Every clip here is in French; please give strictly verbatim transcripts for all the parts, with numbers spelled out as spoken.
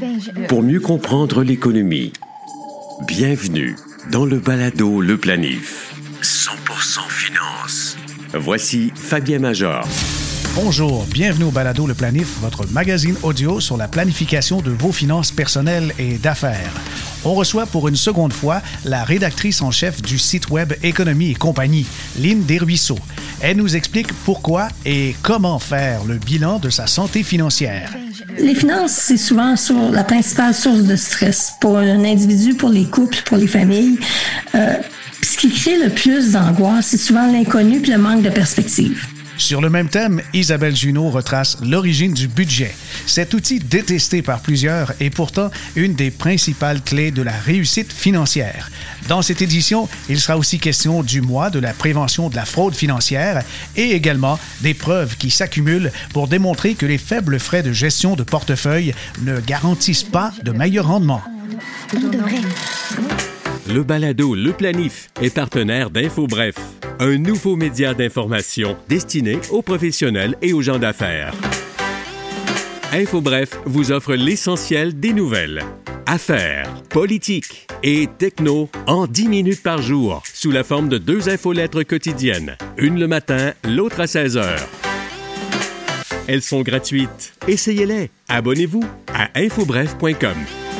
Pour mieux comprendre l'économie, bienvenue dans le balado Le Planif. cent pour cent finance. Voici Fabien Major. Bonjour, bienvenue au balado Le Planif, votre magazine audio sur la planification de vos finances personnelles et d'affaires. On reçoit pour une seconde fois la rédactrice en chef du site web Économie et compagnie, Lynn Desruisseaux. Elle nous explique pourquoi et comment faire le bilan de sa santé financière. Les finances, c'est souvent sur la principale source de stress pour un individu, pour les couples, pour les familles. Euh, ce qui crée le plus d'angoisse, c'est souvent l'inconnu et le manque de perspective. Sur le même thème, Isabelle Junot retrace l'origine du budget. Cet outil détesté par plusieurs est pourtant une des principales clés de la réussite financière. Dans cette édition, il sera aussi question du mois de la prévention de la fraude financière et également des preuves qui s'accumulent pour démontrer que les faibles frais de gestion de portefeuille ne garantissent pas de meilleurs rendements. Le balado Le Planif est partenaire d'InfoBref, un nouveau média d'information destiné aux professionnels et aux gens d'affaires. InfoBref vous offre l'essentiel des nouvelles, affaires, politiques et techno en dix minutes par jour, sous la forme de deux infolettres quotidiennes, une le matin, l'autre à seize heures. Elles sont gratuites. Essayez-les. Abonnez-vous à infobref point com.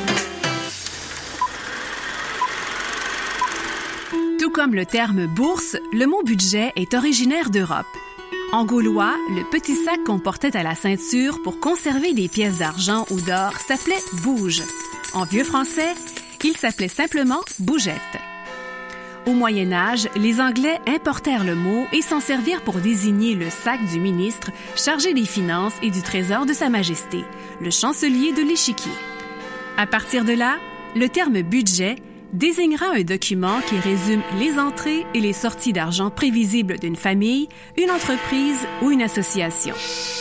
Comme le terme bourse, le mot budget est originaire d'Europe. En gaulois, le petit sac qu'on portait à la ceinture pour conserver des pièces d'argent ou d'or s'appelait bouge. En vieux français, il s'appelait simplement bougette. Au Moyen Âge, les Anglais importèrent le mot et s'en servirent pour désigner le sac du ministre chargé des finances et du trésor de Sa Majesté, le chancelier de l'Échiquier. À partir de là, le terme budget désignera un document qui résume les entrées et les sorties d'argent prévisibles d'une famille, une entreprise ou une association.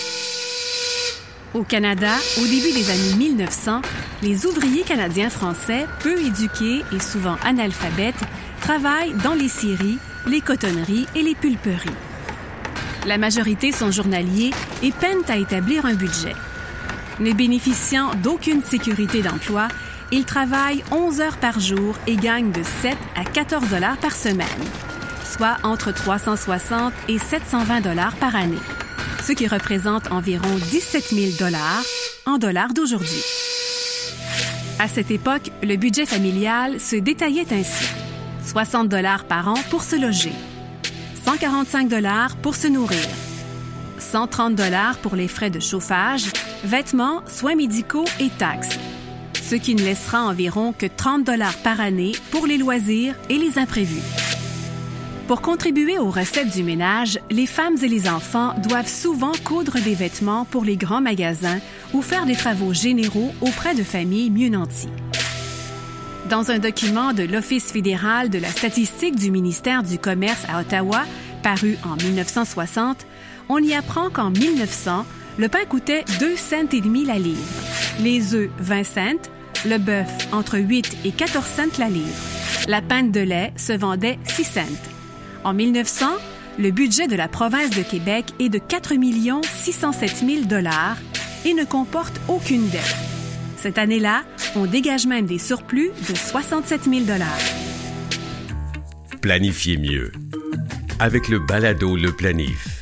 Au Canada, au début des années mille neuf cents, les ouvriers canadiens français, peu éduqués et souvent analphabètes, travaillent dans les scieries, les cotonneries et les pulperies. La majorité sont journaliers et peinent à établir un budget. Ne bénéficiant d'aucune sécurité d'emploi, ils travaillent onze heures par jour et gagnent de sept à quatorze dollars par semaine, soit entre trois cent soixante et sept cent vingt dollars par année, ce qui représente environ dix-sept mille dollars en dollars d'aujourd'hui. À cette époque, le budget familial se détaillait ainsi. soixante dollars par an pour se loger, cent quarante-cinq dollars pour se nourrir, cent trente dollars pour les frais de chauffage, vêtements, soins médicaux et taxes, ce qui ne laissera environ que trente dollars par année pour les loisirs et les imprévus. Pour contribuer aux recettes du ménage, les femmes et les enfants doivent souvent coudre des vêtements pour les grands magasins ou faire des travaux généraux auprès de familles mieux nanties. Dans un document de l'Office fédéral de la statistique du ministère du Commerce à Ottawa, paru en mille neuf cent soixante, on y apprend qu'en mille neuf cents, le pain coûtait deux cents et demi la livre, les œufs vingt cents, le bœuf entre huit et quatorze cents la livre. La pinte de lait se vendait six cents. En mille neuf cents, le budget de la province de Québec est de quatre millions six cent sept mille dollars et ne comporte aucune dette. Cette année-là, on dégage même des surplus de soixante-sept mille dollars. Planifiez mieux avec le balado Le Planif.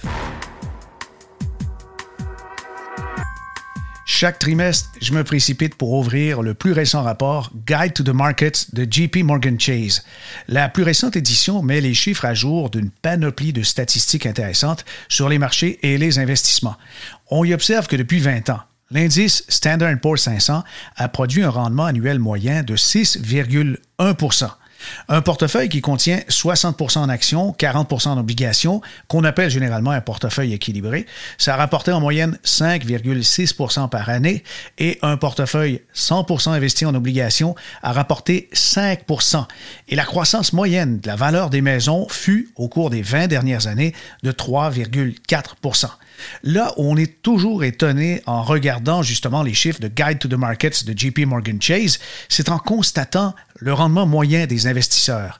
Chaque trimestre, je me précipite pour ouvrir le plus récent rapport Guide to the Markets de J P Morgan Chase. La plus récente édition met les chiffres à jour d'une panoplie de statistiques intéressantes sur les marchés et les investissements. On y observe que depuis vingt ans, l'indice Standard and Poor's cinq cents a produit un rendement annuel moyen de six virgule un pour cent. Un portefeuille qui contient soixante pour cent en actions, quarante pour cent en obligations, qu'on appelle généralement un portefeuille équilibré, ça rapportait en moyenne cinq virgule six pour cent par année et un portefeuille cent pour cent investi en obligations a rapporté cinq pour cent. Et la croissance moyenne de la valeur des maisons fut, au cours des vingt dernières années, de trois virgule quatre pour cent. Là où on est toujours étonné en regardant justement les chiffres de Guide to the Markets de J P Morgan Chase, c'est en constatant le rendement moyen des investisseurs.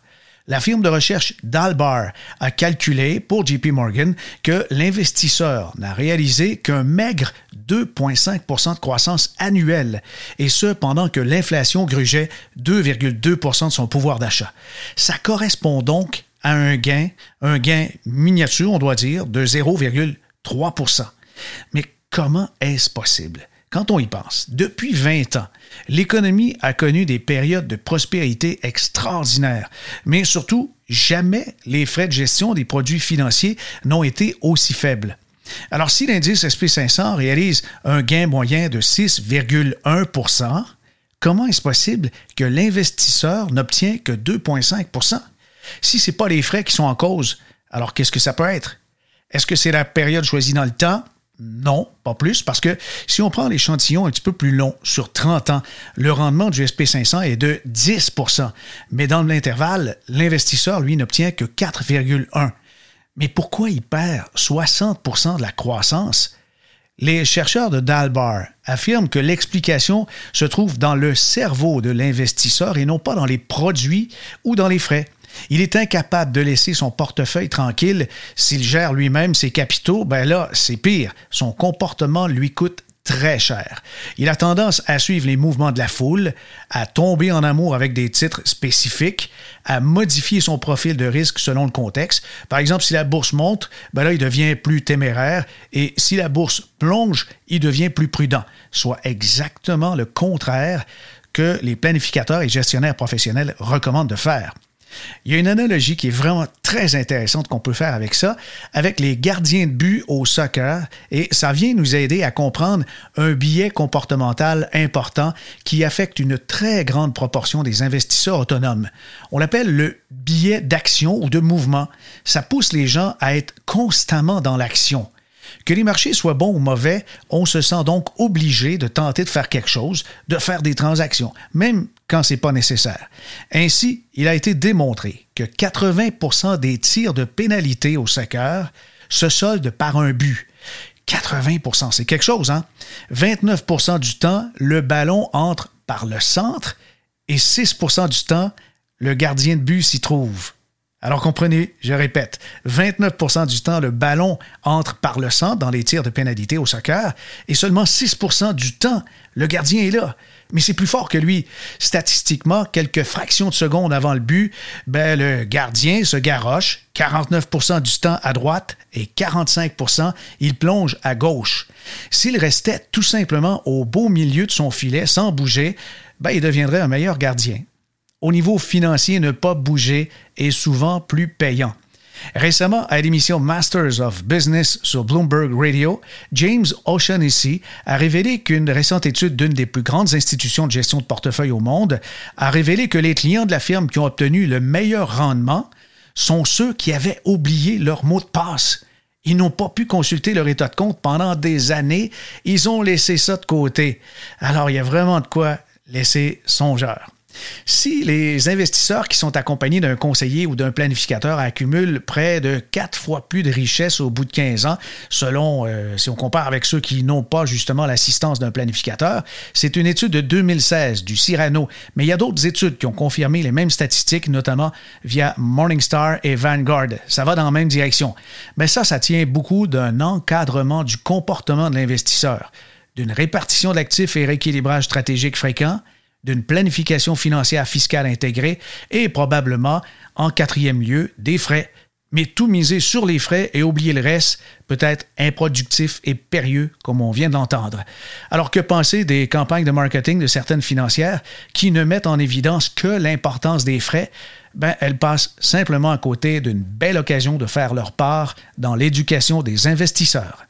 La firme de recherche Dalbar a calculé pour J P Morgan que l'investisseur n'a réalisé qu'un maigre deux virgule cinq pour cent de croissance annuelle, et ce pendant que l'inflation grugeait deux virgule deux pour cent de son pouvoir d'achat. Ça correspond donc à un gain, un gain miniature, on doit dire, de zéro virgule trois pour cent. Mais comment est-ce possible? Quand on y pense, depuis vingt ans, l'économie a connu des périodes de prospérité extraordinaires, mais surtout, jamais les frais de gestion des produits financiers n'ont été aussi faibles. Alors, si l'indice S and P cinq cents réalise un gain moyen de six virgule un pour cent, comment est-ce possible que l'investisseur n'obtient que deux virgule cinq pour cent? Si ce n'est pas les frais qui sont en cause, alors qu'est-ce que ça peut être? Est-ce que c'est la période choisie dans le temps? Non, pas plus, parce que si on prend l'échantillon un petit peu plus long, sur trente ans, le rendement du S and P cinq cents est de dix pour cent. Mais dans l'intervalle, l'investisseur, lui, n'obtient que quatre virgule un pour cent. Mais pourquoi il perd soixante pour cent de la croissance? Les chercheurs de Dalbar affirment que l'explication se trouve dans le cerveau de l'investisseur et non pas dans les produits ou dans les frais. Il est incapable de laisser son portefeuille tranquille. S'il gère lui-même ses capitaux, ben là, c'est pire. Son comportement lui coûte très cher. Il a tendance à suivre les mouvements de la foule, à tomber en amour avec des titres spécifiques, à modifier son profil de risque selon le contexte. Par exemple, si la bourse monte, ben là, il devient plus téméraire, et si la bourse plonge, il devient plus prudent, soit exactement le contraire que les planificateurs et gestionnaires professionnels recommandent de faire. Il y a une analogie qui est vraiment très intéressante qu'on peut faire avec ça, avec les gardiens de but au soccer, et ça vient nous aider à comprendre un biais comportemental important qui affecte une très grande proportion des investisseurs autonomes. On l'appelle le biais d'action ou de mouvement. Ça pousse les gens à être constamment dans l'action. Que les marchés soient bons ou mauvais, on se sent donc obligé de tenter de faire quelque chose, de faire des transactions, même quand ce n'est pas nécessaire. Ainsi, il a été démontré que quatre-vingts pour cent des tirs de pénalité au soccer se soldent par un but. quatre-vingts pour cent, c'est quelque chose, hein? vingt-neuf pour cent du temps, le ballon entre par le centre et six pour cent du temps, le gardien de but s'y trouve. Alors comprenez, je répète, vingt-neuf pour cent du temps, le ballon entre par le centre dans les tirs de pénalité au soccer et seulement six pour cent du temps, le gardien est là. Mais c'est plus fort que lui. Statistiquement, quelques fractions de secondes avant le but, ben, le gardien se garoche, quarante-neuf pour cent du temps à droite et quarante-cinq pour cent, il plonge à gauche. S'il restait tout simplement au beau milieu de son filet sans bouger, ben, il deviendrait un meilleur gardien. Au niveau financier, ne pas bouger est souvent plus payant. Récemment, à l'émission Masters of Business sur Bloomberg Radio, James O'Shaughnessy a révélé qu'une récente étude d'une des plus grandes institutions de gestion de portefeuille au monde a révélé que les clients de la firme qui ont obtenu le meilleur rendement sont ceux qui avaient oublié leur mot de passe. Ils n'ont pas pu consulter leur état de compte pendant des années. Ils ont laissé ça de côté. Alors, il y a vraiment de quoi laisser songeur. Si les investisseurs qui sont accompagnés d'un conseiller ou d'un planificateur accumulent près de quatre fois plus de richesse au bout de quinze ans, selon, euh, si on compare avec ceux qui n'ont pas justement l'assistance d'un planificateur, c'est une étude de deux mille seize du Cyrano, mais il y a d'autres études qui ont confirmé les mêmes statistiques, notamment via Morningstar et Vanguard. Ça va dans la même direction. Mais ça, ça tient beaucoup d'un encadrement du comportement de l'investisseur, d'une répartition de l'actif et rééquilibrage stratégique fréquent, d'une planification financière fiscale intégrée et probablement, en quatrième lieu, des frais. Mais tout miser sur les frais et oublier le reste peut être improductif et périlleux, comme on vient d'entendre. Alors que penser des campagnes de marketing de certaines financières qui ne mettent en évidence que l'importance des frais? Ben, elles passent simplement à côté d'une belle occasion de faire leur part dans l'éducation des investisseurs.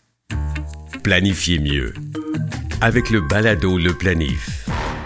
Planifiez mieux avec le balado Le Planif.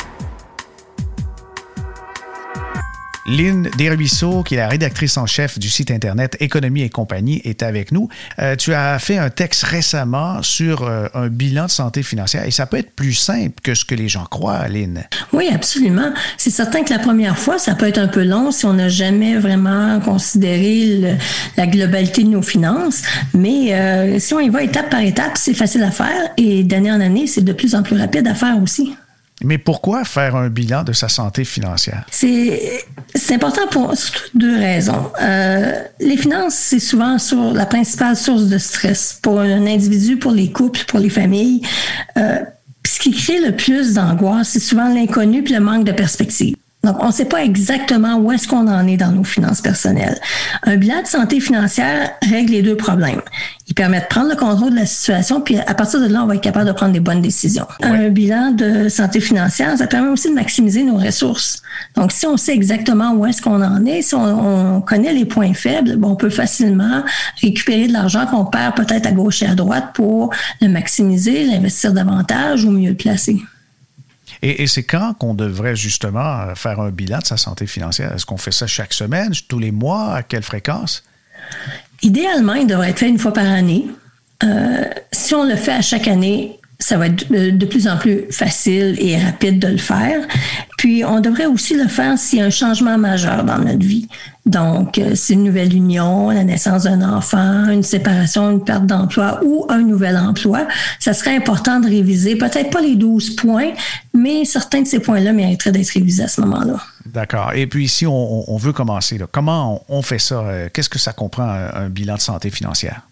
Lynn Desruisseaux, qui est la rédactrice en chef du site Internet Économie et compagnie, est avec nous. Euh, tu as fait un texte récemment sur euh, un bilan de santé financière et ça peut être plus simple que ce que les gens croient, Lynn. Oui, absolument. C'est certain que la première fois, ça peut être un peu long si on n'a jamais vraiment considéré le, la globalité de nos finances, mais euh, si on y va étape par étape, c'est facile à faire et d'année en année, c'est de plus en plus rapide à faire aussi. Mais pourquoi faire un bilan de sa santé financière? C'est, c'est important pour surtout deux raisons. Euh, les finances, c'est souvent sur la principale source de stress pour un individu, pour les couples, pour les familles. Euh, ce qui crée le plus d'angoisse, c'est souvent l'inconnu puis le manque de perspective. Donc, on ne sait pas exactement où est-ce qu'on en est dans nos finances personnelles. Un bilan de santé financière règle les deux problèmes. Il permet de prendre le contrôle de la situation, puis à partir de là, on va être capable de prendre des bonnes décisions. Ouais. Un bilan de santé financière, ça permet aussi de maximiser nos ressources. Donc, si on sait exactement où est-ce qu'on en est, si on, on connaît les points faibles, bon, on peut facilement récupérer de l'argent qu'on perd peut-être à gauche et à droite pour le maximiser, l'investir davantage ou mieux le placer. Et, et c'est quand qu'on devrait justement faire un bilan de sa santé financière? Est-ce qu'on fait ça chaque semaine, tous les mois? À quelle fréquence? Idéalement, il devrait être fait une fois par année. Euh, si on le fait à chaque année, ça va être de plus en plus facile et rapide de le faire. Puis, on devrait aussi le faire s'il y a un changement majeur dans notre vie. Donc, c'est une nouvelle union, la naissance d'un enfant, une séparation, une perte d'emploi ou un nouvel emploi. Ça serait important de réviser, peut-être pas les douze points, mais certains de ces points-là mériteraient d'être révisés à ce moment-là. D'accord. Et puis, si on, on veut commencer, là, comment on, on fait ça? Qu'est-ce que ça comprend, un, un bilan de santé financière?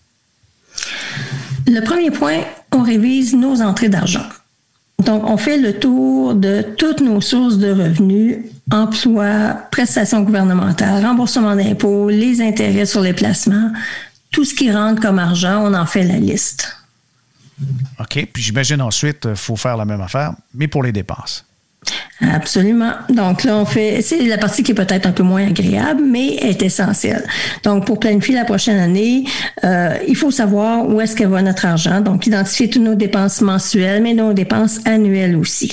Le premier point, on révise nos entrées d'argent. Donc, on fait le tour de toutes nos sources de revenus, emploi, prestations gouvernementales, remboursement d'impôts, les intérêts sur les placements, tout ce qui rentre comme argent, on en fait la liste. OK. Puis j'imagine ensuite, il faut faire la même affaire, mais pour les dépenses. Absolument. Donc là, on fait, c'est la partie qui est peut-être un peu moins agréable, mais est essentielle. Donc, pour planifier la prochaine année, euh, il faut savoir où est-ce que va notre argent. Donc, identifier toutes nos dépenses mensuelles, mais nos dépenses annuelles aussi.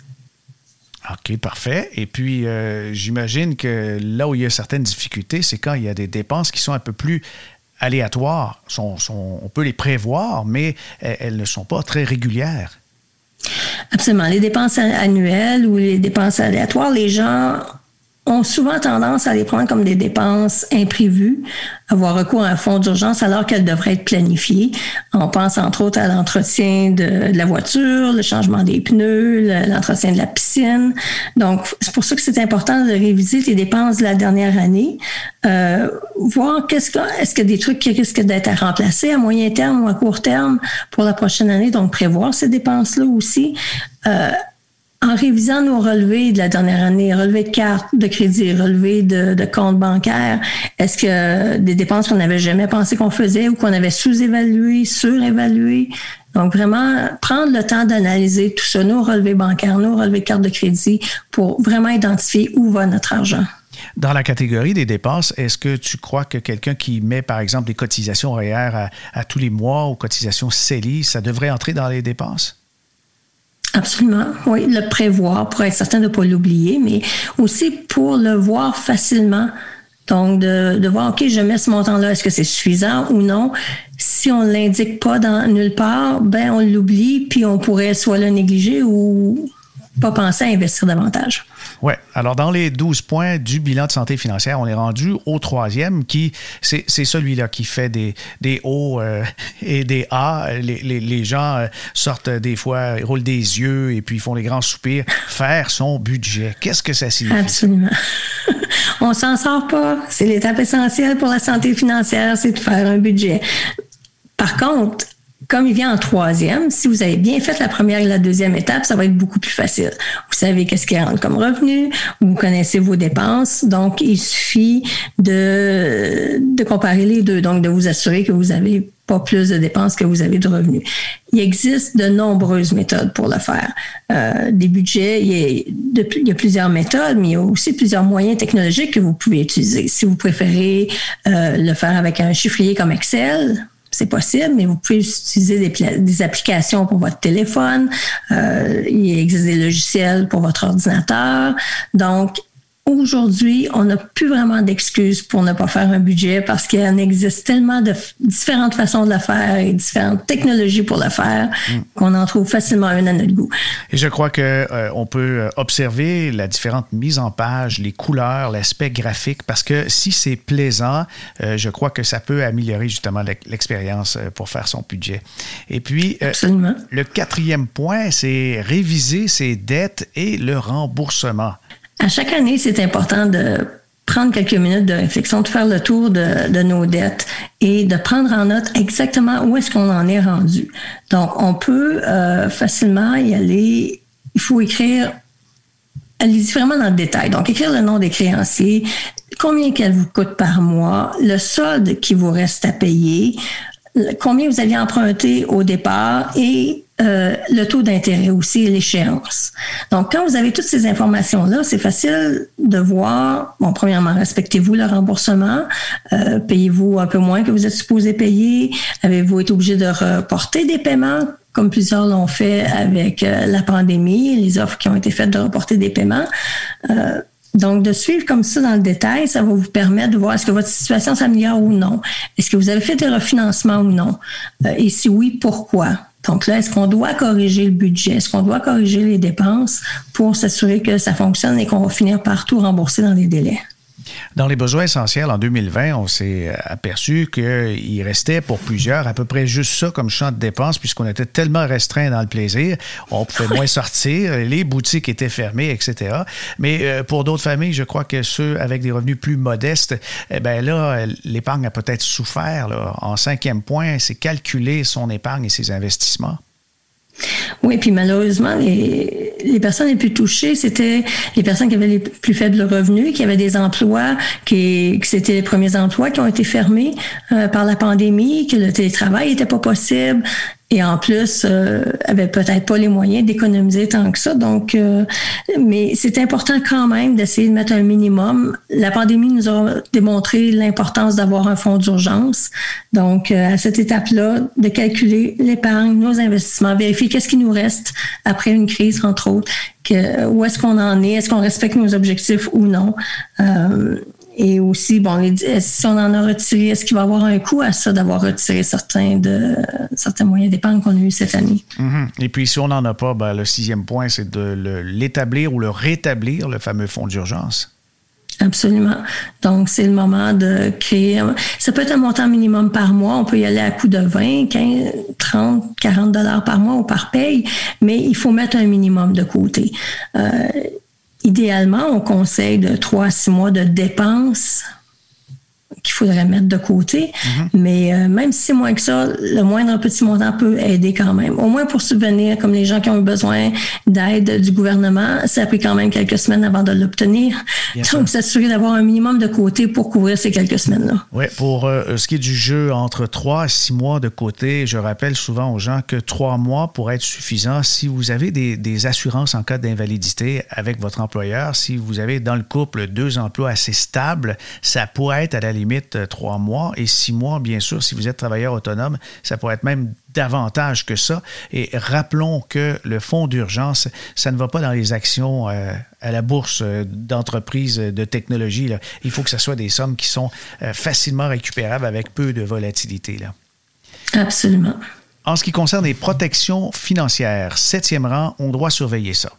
OK, parfait. Et puis, euh, j'imagine que là où il y a certaines difficultés, c'est quand il y a des dépenses qui sont un peu plus aléatoires. Sont, sont, on peut les prévoir, mais elles ne sont pas très régulières. Absolument. Les dépenses annuelles ou les dépenses aléatoires, les gens ont souvent tendance à les prendre comme des dépenses imprévues, avoir recours à un fonds d'urgence alors qu'elles devraient être planifiées. On pense entre autres à l'entretien de, de la voiture, le changement des pneus, le, l'entretien de la piscine. Donc, c'est pour ça que c'est important de réviser les dépenses de la dernière année, euh, voir qu'est-ce que, est-ce qu'il y a des trucs qui risquent d'être à remplacer à moyen terme ou à court terme pour la prochaine année. Donc, prévoir ces dépenses-là aussi. Euh, En révisant nos relevés de la dernière année, relevés de carte de crédit, relevés de, de compte bancaire, est-ce que des dépenses qu'on n'avait jamais pensé qu'on faisait ou qu'on avait sous-évaluées, surévaluées? Donc, vraiment, prendre le temps d'analyser tout ça, nos relevés bancaires, nos relevés de carte de crédit, pour vraiment identifier où va notre argent. Dans la catégorie des dépenses, est-ce que tu crois que quelqu'un qui met, par exemple, des cotisations R E E R à, à tous les mois ou cotisations C E L I, ça devrait entrer dans les dépenses? Absolument, oui, le prévoir pour être certain de ne pas l'oublier, mais aussi pour le voir facilement. Donc, de, de voir, OK, je mets ce montant-là, est-ce que c'est suffisant ou non? Si on ne l'indique pas dans nulle part, ben on l'oublie, puis on pourrait soit le négliger ou pas penser à investir davantage. Oui. Alors, dans les douze points du bilan de santé financière, on est rendu au troisième, qui c'est, c'est celui-là qui fait des, des hauts euh, et des A. Les, les, les gens euh, sortent des fois, ils roulent des yeux et puis ils font des grands soupirs. Faire son budget. Qu'est-ce que ça signifie? Absolument. On s'en sort pas. C'est l'étape essentielle pour la santé financière, c'est de faire un budget. Par contre, comme il vient en troisième, si vous avez bien fait la première et la deuxième étape, ça va être beaucoup plus facile. Vous savez qu'est-ce qui rentre comme revenu, vous connaissez vos dépenses, donc il suffit de, de comparer les deux, donc de vous assurer que vous n'avez pas plus de dépenses que vous avez de revenus. Il existe de nombreuses méthodes pour le faire. Euh, des budgets, il y, a, de, il y a plusieurs méthodes, mais il y a aussi plusieurs moyens technologiques que vous pouvez utiliser. Si vous préférez euh, le faire avec un chiffrier comme Excel, c'est possible, mais vous pouvez utiliser des, pla- des applications pour votre téléphone. Euh, il existe des logiciels pour votre ordinateur. Donc, aujourd'hui, on n'a plus vraiment d'excuses pour ne pas faire un budget parce qu'il en existe tellement de f- différentes façons de le faire et différentes technologies pour le faire mm. qu'on en trouve facilement une à notre goût. Et je crois qu'on euh, peut observer la différente mise en page, les couleurs, l'aspect graphique, parce que si c'est plaisant, euh, je crois que ça peut améliorer justement l'expérience pour faire son budget. Et puis, euh, Absolument. Le quatrième point, c'est réviser ses dettes et le remboursement. À chaque année, c'est important de prendre quelques minutes de réflexion, de faire le tour de, de nos dettes et de prendre en note exactement où est-ce qu'on en est rendu. Donc, on peut euh, facilement y aller. Il faut écrire, allez-y vraiment dans le détail. Donc, écrire le nom des créanciers, combien qu'elle vous coûte par mois, le solde qui vous reste à payer, combien vous aviez emprunté au départ et euh, le taux d'intérêt aussi et l'échéance. Donc, quand vous avez toutes ces informations-là, c'est facile de voir, bon, premièrement, respectez-vous le remboursement, euh, payez-vous un peu moins que vous êtes supposé payer, avez-vous été obligé de reporter des paiements, comme plusieurs l'ont fait avec euh, la pandémie, les offres qui ont été faites de reporter des paiements. Euh, Donc, de suivre comme ça dans le détail, ça va vous permettre de voir est-ce que votre situation s'améliore ou non. Est-ce que vous avez fait des refinancements ou non? Euh, et si oui, pourquoi? Donc là, est-ce qu'on doit corriger le budget? Est-ce qu'on doit corriger les dépenses pour s'assurer que ça fonctionne et qu'on va finir par tout rembourser dans les délais? Dans les besoins essentiels, en deux mille vingt, on s'est aperçu qu'il restait pour plusieurs à peu près juste ça comme champ de dépenses puisqu'on était tellement restreint dans le plaisir. On pouvait moins sortir, les boutiques étaient fermées, et cetera. Mais pour d'autres familles, je crois que ceux avec des revenus plus modestes, eh bien là, l'épargne a peut-être souffert. Là. En cinquième point, c'est calculer son épargne et ses investissements. Oui, puis malheureusement, les, les personnes les plus touchées, c'était les personnes qui avaient les plus faibles revenus, qui avaient des emplois, qui, qui c'était les premiers emplois qui ont été fermés euh, par la pandémie, que le télétravail n'était pas possible. Et en plus, euh, avait peut-être pas les moyens d'économiser tant que ça. Donc, euh, mais c'est important quand même d'essayer de mettre un minimum. La pandémie nous a démontré l'importance d'avoir un fonds d'urgence. Donc, euh, à cette étape-là, de calculer l'épargne, nos investissements, vérifier qu'est-ce qui nous reste après une crise, entre autres, que, où est-ce qu'on en est, est-ce qu'on respecte nos objectifs ou non. Euh, Et aussi, bon, les, si on en a retiré, est-ce qu'il va y avoir un coût à ça d'avoir retiré certains, de, certains moyens d'épargne qu'on a eu cette année? Mm-hmm. Et puis, si on n'en a pas, ben, le sixième point, c'est de le, l'établir ou le rétablir, le fameux fonds d'urgence. Absolument. Donc, c'est le moment de créer... Ça peut être un montant minimum par mois. On peut y aller à coût de vingt, quinze, trente, quarante dollars par mois ou par paye, mais il faut mettre un minimum de côté. Euh, Idéalement, on conseille de trois à six mois de dépenses qu'il faudrait mettre de côté. Mm-hmm. Mais euh, même si c'est moins que ça, le moindre petit montant peut aider quand même. Au moins pour subvenir, comme les gens qui ont eu besoin d'aide du gouvernement, ça a pris quand même quelques semaines avant de l'obtenir. Bien Donc, sûr. S'assurer d'avoir un minimum de côté pour couvrir ces quelques semaines-là. Oui, pour euh, ce qui est du jeu entre trois à six mois de côté, je rappelle souvent aux gens que trois mois pourrait être suffisant si vous avez des, des assurances en cas d'invalidité avec votre employeur. Si vous avez dans le couple deux emplois assez stables, ça pourrait être à la limite trois mois et six mois, bien sûr, si vous êtes travailleur autonome, ça pourrait être même davantage que ça. Et rappelons que le fonds d'urgence, ça ne va pas dans les actions euh, à la bourse euh, d'entreprises de technologie. Là. Il faut que ce soit des sommes qui sont euh, facilement récupérables avec peu de volatilité. Là. Absolument. En ce qui concerne les protections financières, septième rang, on doit surveiller ça.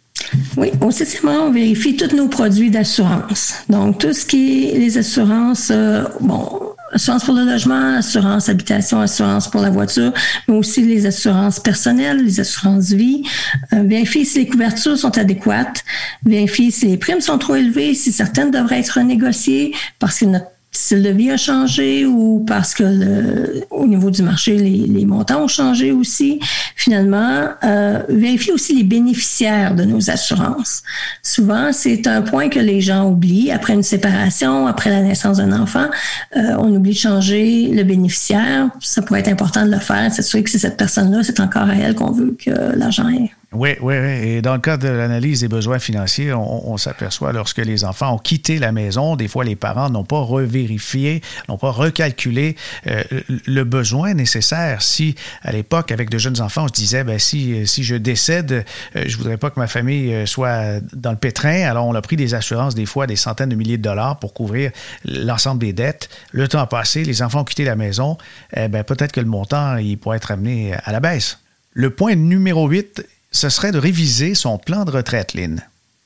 Oui, au septième rang, on vérifie tous nos produits d'assurance. Donc, tout ce qui est les assurances, euh, bon, assurance pour le logement, assurance habitation, assurance pour la voiture, mais aussi les assurances personnelles, les assurances vie. Euh, vérifier si les couvertures sont adéquates. Vérifier si les primes sont trop élevées, si certaines devraient être renégociées parce que notre style de vie a changé ou parce que le, au niveau du marché, les, les montants ont changé aussi. Finalement, euh, vérifier aussi les bénéficiaires de nos assurances. Souvent, c'est un point que les gens oublient. Après une séparation, après la naissance d'un enfant, euh, on oublie de changer le bénéficiaire. Ça pourrait être important de le faire, s'assurer que c'est cette personne-là, c'est encore à elle qu'on veut que l'argent Oui, oui, oui. Et dans le cas de l'analyse des besoins financiers, on, on s'aperçoit lorsque les enfants ont quitté la maison, des fois les parents n'ont pas revérifié, n'ont pas recalculé euh, le besoin nécessaire. Si, à l'époque, avec de jeunes enfants, on se disait, ben si, si je décède, euh, je voudrais pas que ma famille soit dans le pétrin. Alors, on a pris des assurances, des fois, des centaines de milliers de dollars pour couvrir l'ensemble des dettes. Le temps a passé, les enfants ont quitté la maison. Eh ben, peut-être que le montant, il pourrait être amené à la baisse. Le point numéro huit, ce serait de réviser son plan de retraite, Lynn.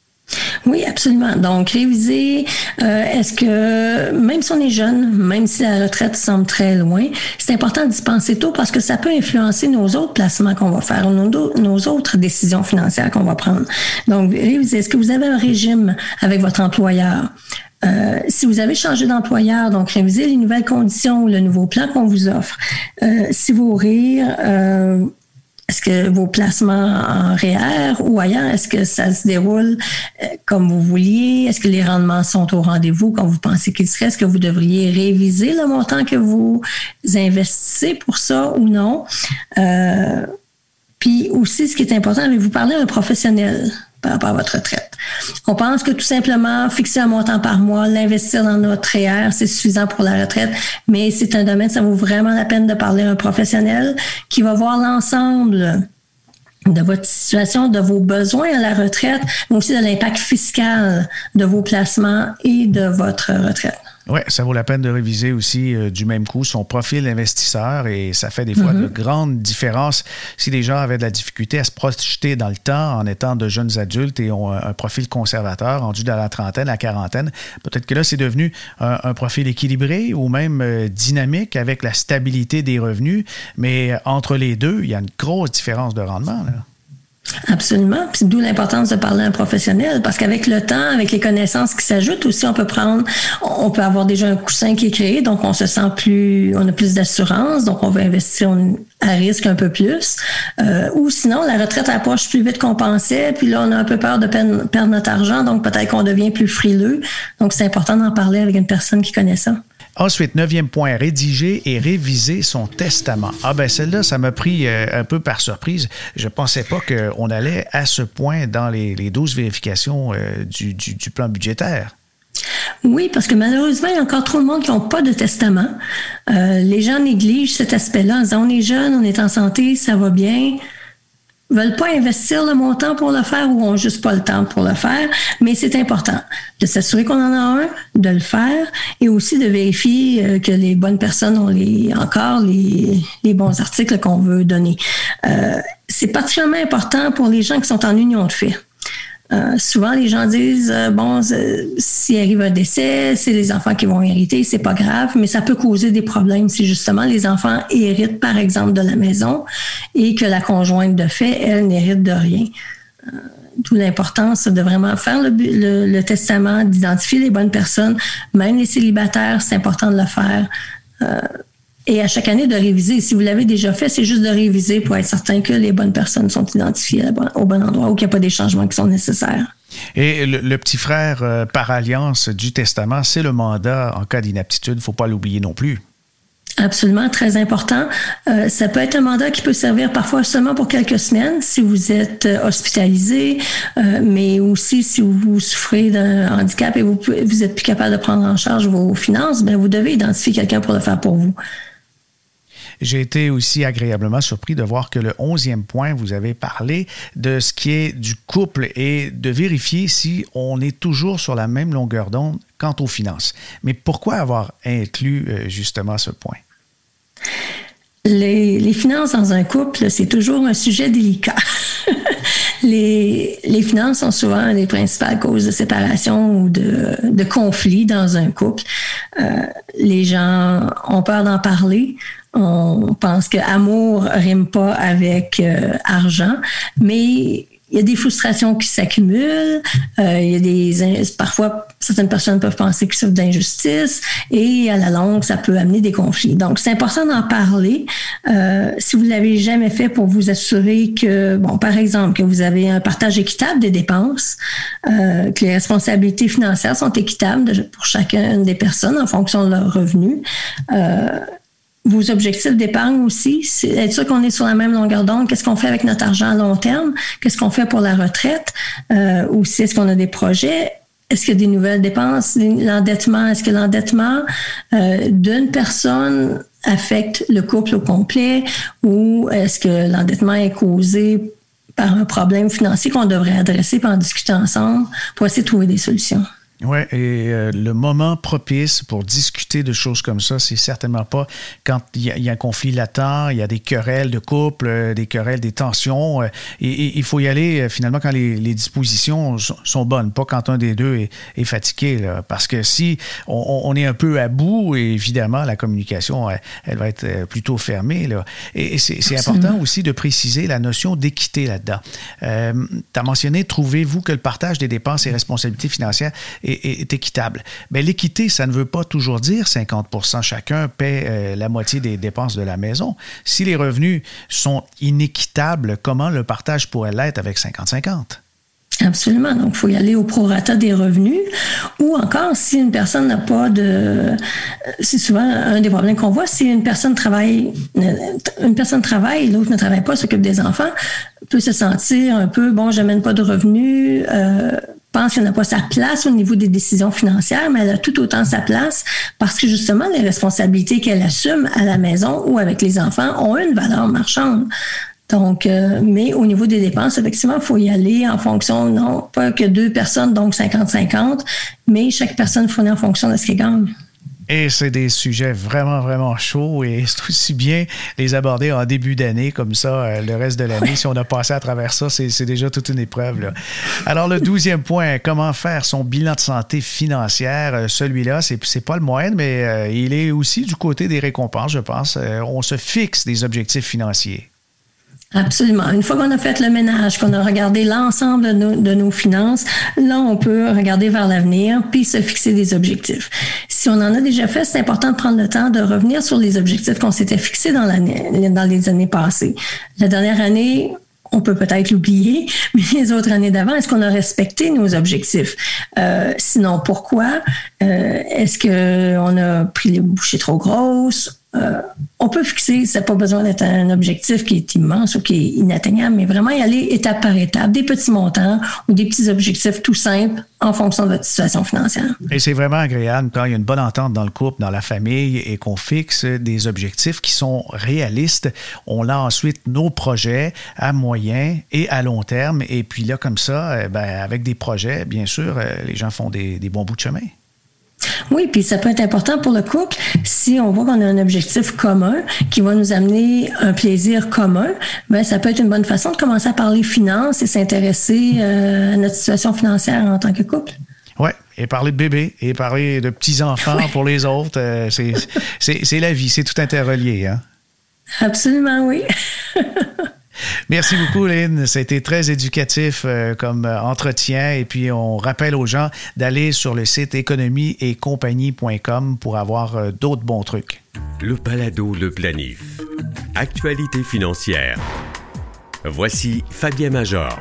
Oui, absolument. Donc, réviser, euh, est-ce que, même si on est jeune, même si la retraite semble très loin, c'est important d'y penser tôt parce que ça peut influencer nos autres placements qu'on va faire, nos, nos autres décisions financières qu'on va prendre. Donc, réviser, est-ce que vous avez un régime avec votre employeur? Euh, si vous avez changé d'employeur, donc réviser les nouvelles conditions ou le nouveau plan qu'on vous offre. Euh, si vous rire, euh, est-ce que vos placements en R E E R ou ailleurs, est-ce que ça se déroule comme vous vouliez? Est-ce que les rendements sont au rendez-vous comme vous pensez qu'ils seraient? Est-ce que vous devriez réviser le montant que vous investissez pour ça ou non? Euh, puis aussi, ce qui est important, avez-vous parlé à un professionnel par rapport à votre retraite? On pense que tout simplement fixer un montant par mois, l'investir dans notre R E E R, c'est suffisant pour la retraite, mais c'est un domaine, ça vaut vraiment la peine de parler à un professionnel qui va voir l'ensemble de votre situation, de vos besoins à la retraite, mais aussi de l'impact fiscal de vos placements et de votre retraite. Oui, ça vaut la peine de réviser aussi euh, du même coup son profil investisseur et ça fait des fois mm-hmm. de grandes différences. Si les gens avaient de la difficulté à se projeter dans le temps en étant de jeunes adultes et ont un, un profil conservateur rendu dans la trentaine, la quarantaine, peut-être que là, c'est devenu un, un profil équilibré ou même euh, dynamique avec la stabilité des revenus. Mais euh, entre les deux, il y a une grosse différence de rendement, là. Absolument. Puis d'où l'importance de parler à un professionnel parce qu'avec le temps, avec les connaissances qui s'ajoutent aussi, on peut prendre, on peut avoir déjà un coussin qui est créé, donc on se sent plus, on a plus d'assurance, donc on va investir à risque un peu plus. Euh, ou sinon, la retraite approche plus vite qu'on pensait, puis là, on a un peu peur de perdre notre argent, donc peut-être qu'on devient plus frileux. Donc, c'est important d'en parler avec une personne qui connaît ça. Ensuite, neuvième point, rédiger et réviser son testament. Ah ben celle-là, ça m'a pris euh, un peu par surprise. Je pensais pas qu'on allait à ce point dans les, les douze vérifications euh, du, du, du plan budgétaire. Oui, parce que malheureusement, il y a encore trop de monde qui n'ont pas de testament. Euh, les gens négligent cet aspect-là en disant on est jeune, on est en santé, ça va bien. Ils ne veulent pas investir le montant pour le faire ou n'ont juste pas le temps pour le faire, mais c'est important de s'assurer qu'on en a un, de le faire et aussi de vérifier que les bonnes personnes ont les, encore les, les bons articles qu'on veut donner. Euh, c'est particulièrement important pour les gens qui sont en union de fait. Euh, souvent, les gens disent, euh, bon, euh, s'il arrive un décès, c'est les enfants qui vont hériter, c'est pas grave, mais ça peut causer des problèmes si justement les enfants héritent, par exemple, de la maison et que la conjointe de fait, elle, n'hérite de rien. Euh, D'où l'importance de vraiment faire le, le, le testament, d'identifier les bonnes personnes, même les célibataires, c'est important de le faire. Euh, Et à chaque année, de réviser. Si vous l'avez déjà fait, c'est juste de réviser pour être certain que les bonnes personnes sont identifiées au bon endroit ou qu'il n'y a pas des changements qui sont nécessaires. Et le, le petit frère euh, par alliance du testament, c'est le mandat en cas d'inaptitude. Il ne faut pas l'oublier non plus. Absolument, très important. Euh, ça peut être un mandat qui peut servir parfois seulement pour quelques semaines si vous êtes hospitalisé, euh, mais aussi si vous souffrez d'un handicap et vous vous êtes plus capable de prendre en charge vos finances, bien, vous devez identifier quelqu'un pour le faire pour vous. J'ai été aussi agréablement surpris de voir que le onzième point, vous avez parlé de ce qui est du couple et de vérifier si on est toujours sur la même longueur d'onde quant aux finances. Mais pourquoi avoir inclus justement ce point? Les, les finances dans un couple, c'est toujours un sujet délicat. les, les finances sont souvent une des principales causes de séparation ou de, de conflit dans un couple. Euh, les gens ont peur d'en parler. On pense que amour rime pas avec euh, argent, mais il y a des frustrations qui s'accumulent. Euh, il y a des parfois certaines personnes peuvent penser qu'ils souffrent d'injustice et à la longue ça peut amener des conflits. Donc c'est important d'en parler. Euh, si vous l'avez jamais fait pour vous assurer que bon par exemple que vous avez un partage équitable des dépenses, euh, que les responsabilités financières sont équitables de, pour chacune des personnes en fonction de leurs revenus. Euh, vos objectifs d'épargne aussi, c'est être sûr qu'on est sur la même longueur d'onde. Qu'est-ce qu'on fait avec notre argent à long terme? Qu'est-ce qu'on fait pour la retraite? Euh, aussi, est-ce qu'on a des projets? Est-ce qu'il y a des nouvelles dépenses? L'endettement, est-ce que l'endettement euh, d'une personne affecte le couple au complet ou est-ce que l'endettement est causé par un problème financier qu'on devrait adresser et en discuter ensemble pour essayer de trouver des solutions? Oui, et euh, le moment propice pour discuter de choses comme ça, c'est certainement pas quand il y, y a un conflit latent, il y a des querelles de couple, euh, des querelles, des tensions. Euh, et, et il faut y aller euh, finalement quand les, les dispositions sont, sont bonnes, pas quand un des deux est, est fatigué. Là, parce que si on, on est un peu à bout, évidemment, la communication, elle, elle va être plutôt fermée. Là. Et, et c'est, c'est important aussi de préciser la notion d'équité là-dedans. Euh, tu as mentionné, trouvez-vous que le partage des dépenses et responsabilités financières est est équitable. Bien, l'équité, ça ne veut pas toujours dire cinquante pour cent chacun paie euh, la moitié des dépenses de la maison. Si les revenus sont inéquitables, comment le partage pourrait l'être avec cinquante cinquante? Absolument. Donc, il faut y aller au prorata des revenus. Ou encore, si une personne n'a pas de... C'est souvent un des problèmes qu'on voit. Si une personne travaille, une personne travaille, l'autre ne travaille pas, s'occupe des enfants, peut se sentir un peu, bon, je n'amène pas de revenus, euh, pense qu'elle n'a pas sa place au niveau des décisions financières, mais elle a tout autant sa place parce que justement, les responsabilités qu'elle assume à la maison ou avec les enfants ont une valeur marchande. Donc, euh, mais au niveau des dépenses, effectivement, il faut y aller en fonction, non, pas que deux personnes, donc cinquante cinquante, mais chaque personne fournit en fonction de ce qu'elle gagne. Et c'est des sujets vraiment, vraiment chauds et c'est aussi bien les aborder en début d'année, comme ça, euh, le reste de l'année. Ouais. Si on a passé à travers ça, c'est, c'est déjà toute une épreuve. Là. Alors, le douzième point, comment faire son bilan de santé financière? Euh, celui-là, c'est, c'est pas le moyen, mais euh, il est aussi du côté des récompenses, je pense. Euh, on se fixe des objectifs financiers. Absolument. Une fois qu'on a fait le ménage, qu'on a regardé l'ensemble de nos, de nos finances, là, on peut regarder vers l'avenir puis se fixer des objectifs. Si on en a déjà fait, c'est important de prendre le temps de revenir sur les objectifs qu'on s'était fixés dans l'année, dans les années passées. La dernière année, on peut peut-être l'oublier, mais les autres années d'avant, est-ce qu'on a respecté nos objectifs? Euh, sinon, pourquoi? Euh, est-ce qu'on a pris les bouchées trop grosses? Euh, on peut fixer, ça n'a pas besoin d'être un objectif qui est immense ou qui est inatteignable, mais vraiment y aller étape par étape, des petits montants ou des petits objectifs tout simples en fonction de votre situation financière. Et c'est vraiment agréable quand il y a une bonne entente dans le couple, dans la famille et qu'on fixe des objectifs qui sont réalistes. On a ensuite nos projets à moyen et à long terme et puis là, comme ça, ben, avec des projets, bien sûr, les gens font des, des bons bouts de chemin. Oui, puis ça peut être important pour le couple si on voit qu'on a un objectif commun qui va nous amener un plaisir commun. Bien, ça peut être une bonne façon de commencer à parler finances et s'intéresser euh, à notre situation financière en tant que couple. Oui, et parler de bébés et parler de petits-enfants ouais. pour les autres. Euh, c'est, c'est, c'est la vie, c'est tout interrelié. Hein? Absolument, oui. Merci beaucoup, Lynn. Ça a été très éducatif euh, comme euh, entretien. Et puis, on rappelle aux gens d'aller sur le site économie et compagnie point com pour avoir euh, d'autres bons trucs. Le balado Le Planif. Actualité financière. Voici Fabien Major.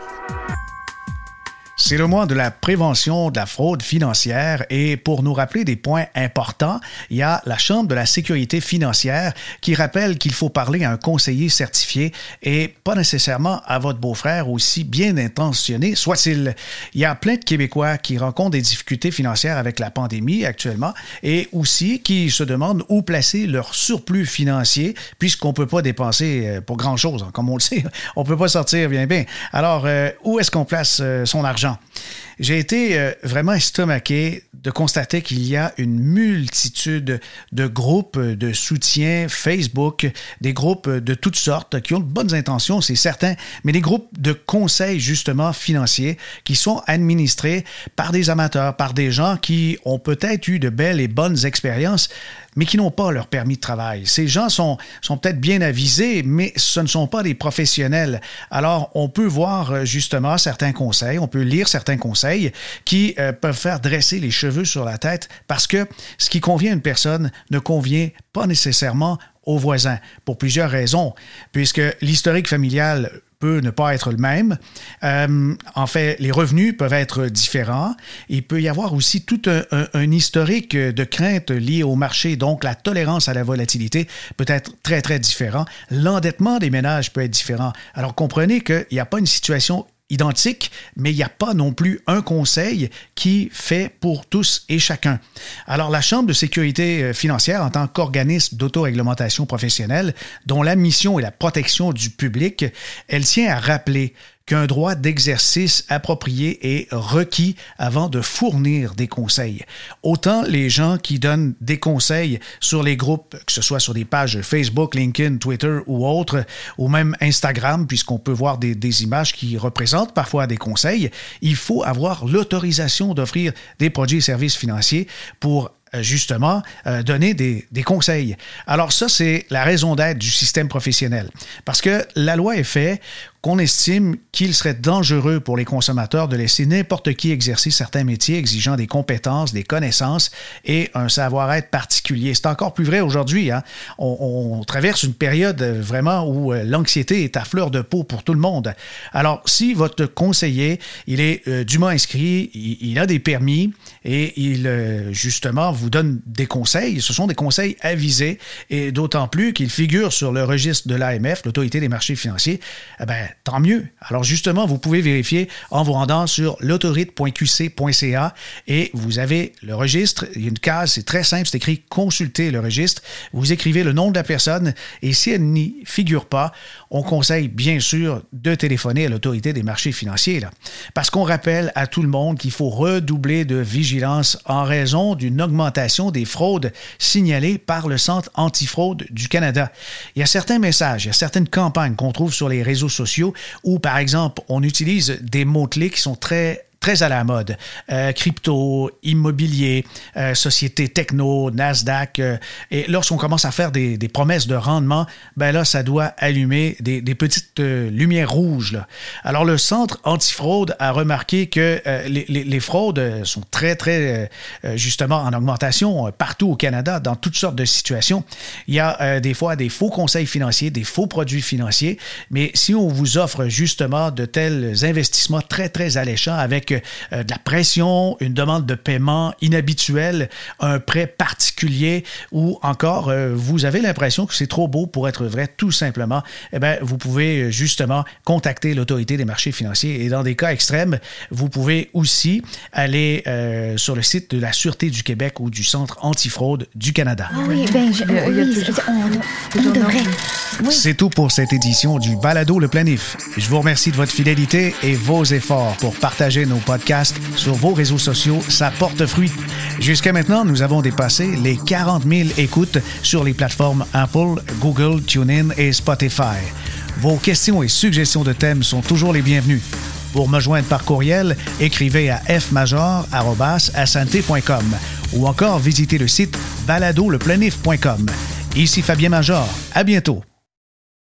C'est le mois de la prévention de la fraude financière et pour nous rappeler des points importants, il y a la Chambre de la sécurité financière qui rappelle qu'il faut parler à un conseiller certifié et pas nécessairement à votre beau-frère aussi bien intentionné soit-il. Il y a plein de Québécois qui rencontrent des difficultés financières avec la pandémie actuellement et aussi qui se demandent où placer leur surplus financier puisqu'on ne peut pas dépenser pour grand-chose, comme on le sait. On ne peut pas sortir bien bien. Alors, euh, où est-ce qu'on place euh, son argent? J'ai été euh, vraiment estomaqué de constater qu'il y a une multitude de groupes de soutien Facebook, des groupes de toutes sortes qui ont de bonnes intentions, c'est certain, mais des groupes de conseils justement financiers qui sont administrés par des amateurs, par des gens qui ont peut-être eu de belles et bonnes expériences, mais qui n'ont pas leur permis de travail. Ces gens sont, sont peut-être bien avisés, mais ce ne sont pas des professionnels. Alors, on peut voir justement certains conseils, on peut lire certains conseils qui euh, peuvent faire dresser les cheveux sur la tête parce que ce qui convient à une personne ne convient pas nécessairement aux voisins, pour plusieurs raisons, puisque l'historique familial peut ne pas être le même. Euh, en fait, les revenus peuvent être différents. Il peut y avoir aussi tout un, un, un historique de crainte lié au marché, donc la tolérance à la volatilité peut être très, très différent. L'endettement des ménages peut être différent. Alors, comprenez qu'il n'y a pas une situation identique, mais il n'y a pas non plus un conseil qui fait pour tous et chacun. Alors, la Chambre de sécurité financière, en tant qu'organisme d'autoréglementation professionnelle, dont la mission est la protection du public, elle tient à rappeler qu'un droit d'exercice approprié est requis avant de fournir des conseils. Autant les gens qui donnent des conseils sur les groupes, que ce soit sur des pages Facebook, LinkedIn, Twitter ou autres, ou même Instagram, puisqu'on peut voir des, des images qui représentent parfois des conseils, il faut avoir l'autorisation d'offrir des produits et services financiers pour justement, euh, donner des, des conseils. Alors ça, c'est la raison d'être du système professionnel. Parce que la loi est faite qu'on estime qu'il serait dangereux pour les consommateurs de laisser n'importe qui exercer certains métiers exigeant des compétences, des connaissances et un savoir-être particulier. C'est encore plus vrai aujourd'hui. Hein? On, on traverse une période vraiment où l'anxiété est à fleur de peau pour tout le monde. Alors, si votre conseiller, il est euh, dûment inscrit, il, il a des permis et il, euh, justement, vous donne des conseils, ce sont des conseils avisés et d'autant plus qu'il figure sur le registre de l'A M F, l'Autorité des marchés financiers, eh bien, tant mieux. Alors justement, vous pouvez vérifier en vous rendant sur l'autorite point q c point c a et vous avez le registre, il y a une case, c'est très simple, c'est écrit « Consulter le registre ». Vous écrivez le nom de la personne et si elle n'y figure pas, on conseille bien sûr de téléphoner à l'Autorité des marchés financiers. Là. Parce qu'on rappelle à tout le monde qu'il faut redoubler de vigilance en raison d'une augmentation des fraudes signalées par le Centre antifraude du Canada. Il y a certains messages, il y a certaines campagnes qu'on trouve sur les réseaux sociaux où, par exemple, on utilise des mots-clés qui sont très très à la mode. Euh, crypto, immobilier, euh, société techno, Nasdaq. Euh, et lorsqu'on commence à faire des, des promesses de rendement, ben là, ça doit allumer des, des petites euh, lumières rouges. Là. Alors, le Centre antifraude a remarqué que euh, les, les, les fraudes sont très, très, euh, justement, en augmentation euh, partout au Canada, dans toutes sortes de situations. Il y a euh, des fois des faux conseils financiers, des faux produits financiers, mais si on vous offre justement de tels investissements très, très alléchants avec Euh, de la pression, une demande de paiement inhabituelle, un prêt particulier ou encore euh, vous avez l'impression que c'est trop beau pour être vrai, tout simplement, eh bien, vous pouvez justement contacter l'Autorité des marchés financiers et dans des cas extrêmes, vous pouvez aussi aller euh, sur le site de la Sûreté du Québec ou du Centre antifraude du Canada. Ah oui, bien, je, oui, oui, toujours, on, on devrait. Oui. C'est tout pour cette édition du Balado Le Planif. Je vous remercie de votre fidélité et vos efforts pour partager nos podcasts sur vos réseaux sociaux. Ça porte fruit. Jusqu'à maintenant, nous avons dépassé les quarante mille écoutes sur les plateformes Apple, Google, TuneIn et Spotify. Vos questions et suggestions de thèmes sont toujours les bienvenues. Pour me joindre par courriel, écrivez à f major arobase asante point com ou encore visitez le site balado le planif point com. Ici Fabien Major. À bientôt.